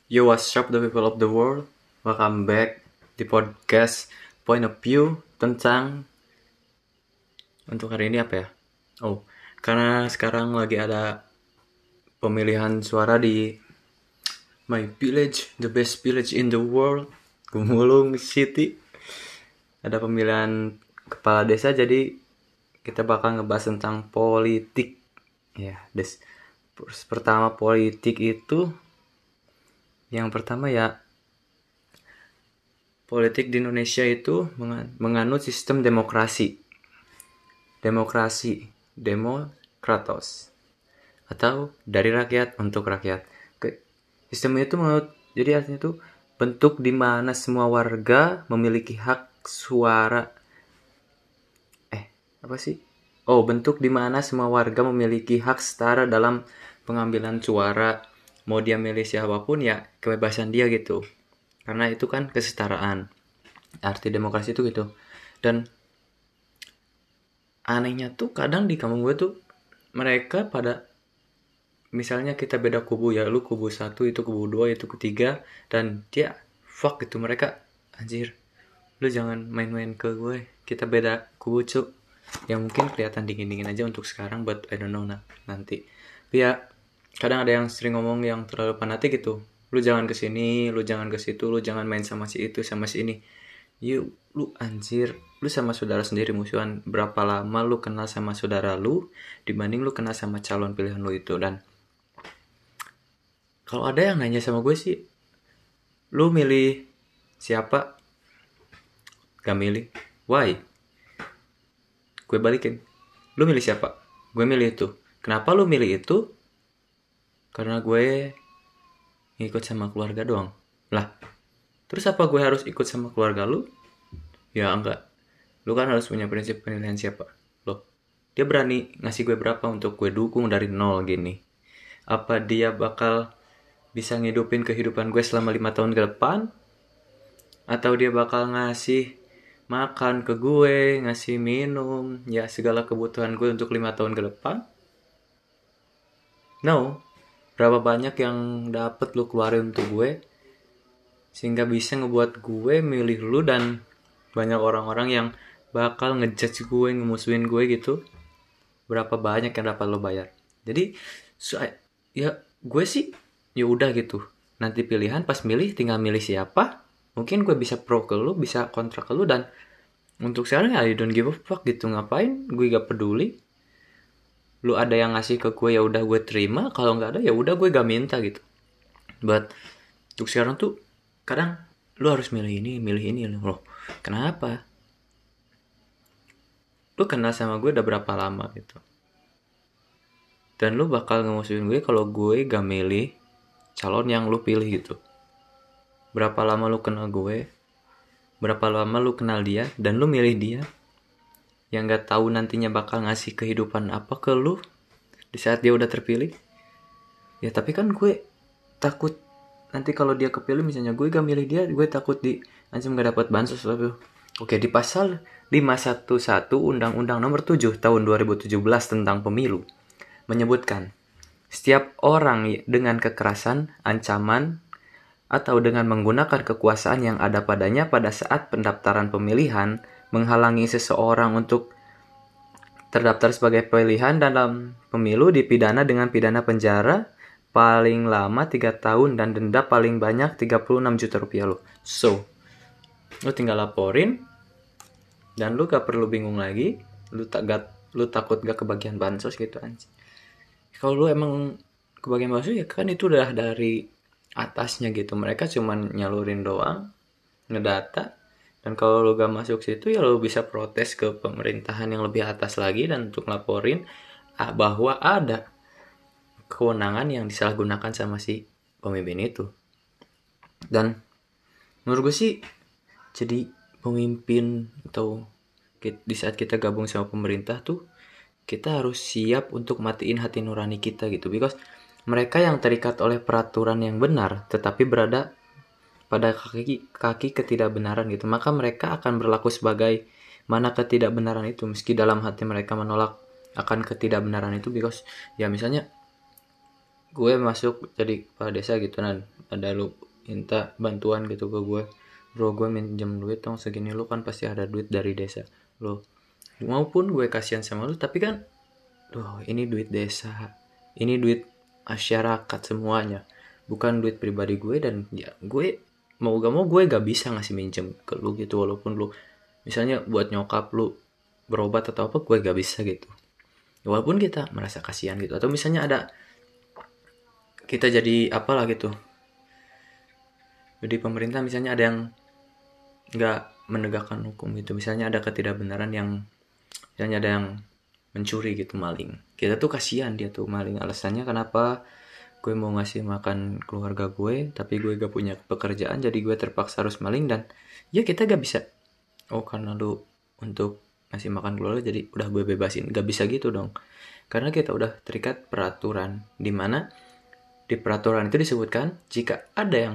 Yo, what's up the people of the world? Welcome back di podcast Point of View tentang untuk hari ini apa ya? Oh, karena sekarang lagi ada pemilihan suara di my village, the best village in the world, Gumulung City. Ada pemilihan kepala desa, jadi kita bakal ngebahas tentang politik. Ya, pertama politik itu yang pertama ya, politik di Indonesia itu menganut sistem demokrasi. Demokratos. Atau dari rakyat untuk rakyat. Sistem itu jadi artinya itu bentuk di mana semua warga memiliki hak suara. Bentuk di mana semua warga memiliki hak setara dalam pengambilan suara. Mau dia milih siapapun ya kebebasan dia gitu. Karena itu kan kesetaraan. Arti demokrasi itu gitu. Dan anehnya tuh kadang di kampung gue tuh mereka pada misalnya kita beda kubu ya, lu kubu 1, itu kubu 2, itu ketiga, dan dia fuck gitu, mereka anjir lu jangan main-main ke gue, kita beda kubu cuk. Yang mungkin kelihatan dingin-dingin aja untuk sekarang, but I don't know nanti. Tapi ya kadang ada yang sering ngomong yang terlalu fanatik gitu, lu jangan kesini, lu jangan ke situ, lu jangan main sama si itu sama si ini. Lu anjir, lu sama saudara sendiri musuhan. Berapa lama lu kenal sama saudara lu dibanding lu kenal sama calon pilihan lu itu. Dan kalau ada yang nanya sama gue sih, lu milih siapa? Gak milih. Why? Gue balikin, lu milih siapa? Gue milih itu. Kenapa lu milih itu? Karena gue ngikut sama keluarga doang. Lah, terus apa gue harus ikut sama keluarga lu? Ya enggak. Lu kan harus punya prinsip penilaian siapa. Loh, dia berani ngasih gue berapa untuk gue dukung dari nol gini. Apa dia bakal bisa ngidupin kehidupan gue selama 5 tahun ke depan? Atau dia bakal ngasih makan ke gue, ngasih minum, ya segala kebutuhan gue untuk 5 tahun ke depan? No. Berapa banyak yang dapet lu keluarin untuk gue sehingga bisa ngebuat gue milih lu, dan banyak orang-orang yang bakal ngejudge gue, ngemusuhin gue gitu. Berapa banyak yang dapat lo bayar. Jadi ya gue sih ya udah gitu. Nanti pilihan pas milih tinggal milih siapa. Mungkin gue bisa pro ke lu, bisa kontra ke lu, dan untuk sekarang ya I don't give a fuck gitu. Ngapain? Gue gak peduli. Lu ada yang ngasih ke gue ya udah gue terima, kalau nggak ada ya udah gue gak minta gitu. But untuk sekarang tuh kadang lu harus milih ini loh. Kenapa? Lu kenal sama gue udah berapa lama gitu, dan lu bakal ngemusuhin gue kalau gue gak milih calon yang lu pilih gitu. Berapa lama lu kenal gue, berapa lama lu kenal dia, dan lu milih dia yang gak tahu nantinya bakal ngasih kehidupan apa ke lu di saat dia udah terpilih. Ya tapi kan gue takut nanti kalau dia kepilih, misalnya gue gak milih dia, gue takut ancam gak dapat bansos. Oke, di pasal 511 Undang-Undang Nomor 7 Tahun 2017 tentang Pemilu menyebutkan, setiap orang dengan kekerasan, ancaman, atau dengan menggunakan kekuasaan yang ada padanya pada saat pendaftaran pemilihan menghalangi seseorang untuk terdaftar sebagai pilihan dalam pemilu dipidana dengan pidana penjara paling lama 3 tahun dan denda paling banyak 36 juta rupiah lo. So, lu tinggal laporin dan lu gak perlu bingung lagi. Lu takut gak kebagian bansos gitu anjing. Kalau lu emang kebagian bansos ya kan itu udah dari atasnya gitu. Mereka cuman nyalurin doang, ngedata. Dan kalau lu gak masuk situ ya lu bisa protes ke pemerintahan yang lebih atas lagi dan untuk laporin bahwa ada kewenangan yang disalahgunakan sama si pemimpin itu. Dan menurut gue sih jadi pemimpin atau di saat kita gabung sama pemerintah tuh kita harus siap untuk matiin hati nurani kita gitu. Because mereka yang terikat oleh peraturan yang benar tetapi berada pada kaki ketidakbenaran gitu, maka mereka akan berlaku sebagai mana ketidakbenaran itu meski dalam hati mereka menolak akan ketidakbenaran itu. Because ya misalnya gue masuk jadi kepala desa gitu, dan ada lu minta bantuan gitu ke gue, bro gue minjem duit dong segini, lu kan pasti ada duit dari desa lu, maupun gue kasihan sama lu, tapi kan ini duit desa, ini duit masyarakat semuanya, bukan duit pribadi gue. Dan ya gue mau gak mau gue gak bisa ngasih minjem ke lu gitu, walaupun lu misalnya buat nyokap lu berobat atau apa, gue gak bisa gitu, walaupun kita merasa kasihan gitu. Atau misalnya ada kita jadi apalah gitu, jadi pemerintah misalnya ada yang nggak menegakkan hukum gitu, misalnya ada ketidakbenaran yang misalnya ada yang mencuri gitu, maling, kita tuh kasihan dia tuh maling, alasannya kenapa, gue mau ngasih makan keluarga gue tapi gue gak punya pekerjaan jadi gue terpaksa harus maling. Dan ya kita gak bisa, karena lu untuk ngasih makan keluarga jadi udah gue bebasin, gak bisa gitu dong, karena kita udah terikat peraturan, dimana di peraturan itu disebutkan jika ada yang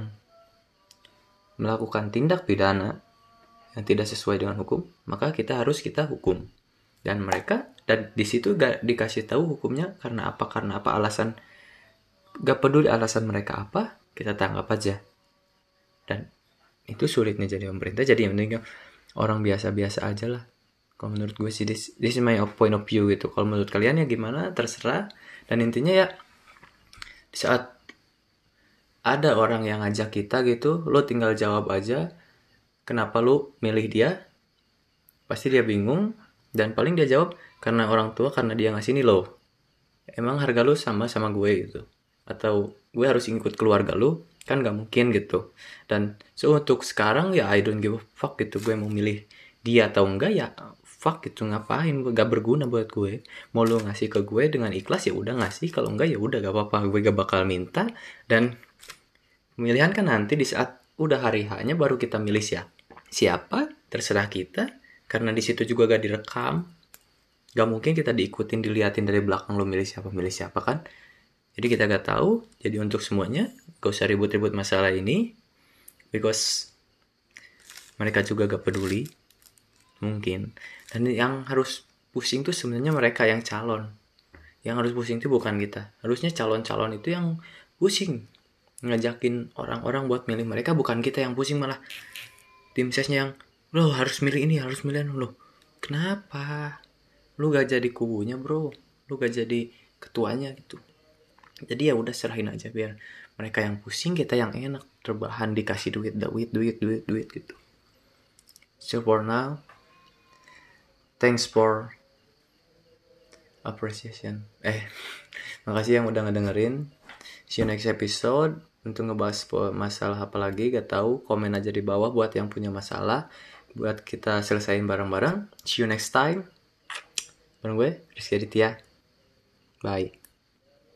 melakukan tindak pidana yang tidak sesuai dengan hukum, maka kita hukum. Dan mereka, dan di situ gak dikasih tahu hukumnya karena apa alasan, gak peduli alasan mereka apa, kita tangkap aja. Dan itu sulitnya jadi pemerintah. Jadi yang penting orang biasa-biasa aja lah. Kalau menurut gue sih, this is my point of view gitu. Kalau menurut kalian ya gimana, terserah. Dan intinya ya, di saat ada orang yang ngajak kita gitu, lo tinggal jawab aja kenapa lo milih dia. Pasti dia bingung, dan paling dia jawab karena orang tua, karena dia ngasih ini lo, emang harga lo sama gue gitu, atau gue harus ikut keluarga lo, kan gak mungkin gitu. Dan so untuk sekarang ya I don't give a fuck gitu, gue mau milih dia atau enggak ya fuck gitu, ngapain, gak berguna buat gue. Mau lo ngasih ke gue dengan ikhlas ya udah ngasih, kalau enggak ya udah gak apa-apa, gue gak bakal minta. Dan pemilihan kan nanti di saat udah hari H-nya baru kita milih siapa terserah kita, karena di situ juga gak direkam, gak mungkin kita diikutin, diliatin dari belakang lo milih siapa kan. Jadi kita gak tahu. Jadi untuk semuanya gak usah ribut-ribut masalah ini, because mereka juga gak peduli mungkin. Dan yang harus pusing tuh sebenarnya mereka yang calon. Yang harus pusing tuh bukan kita. Harusnya calon-calon itu yang pusing ngajakin orang-orang buat milih mereka, bukan kita yang pusing. Malah tim sesnya yang lo harus milih ini, harus milih lo. Kenapa? Lu gak jadi kubunya bro, lu gak jadi ketuanya gitu. Jadi ya udah serahin aja, biar mereka yang pusing, kita yang enak, terbahan dikasih duit gitu. So for now, thanks for appreciation. Makasih yang udah ngedengerin. See you next episode. Untuk ngebahas masalah apa lagi gak tahu, komen aja di bawah buat yang punya masalah, buat kita selesain bareng-bareng. See you next time. Bareng gue, Rizky Aditya. Bye.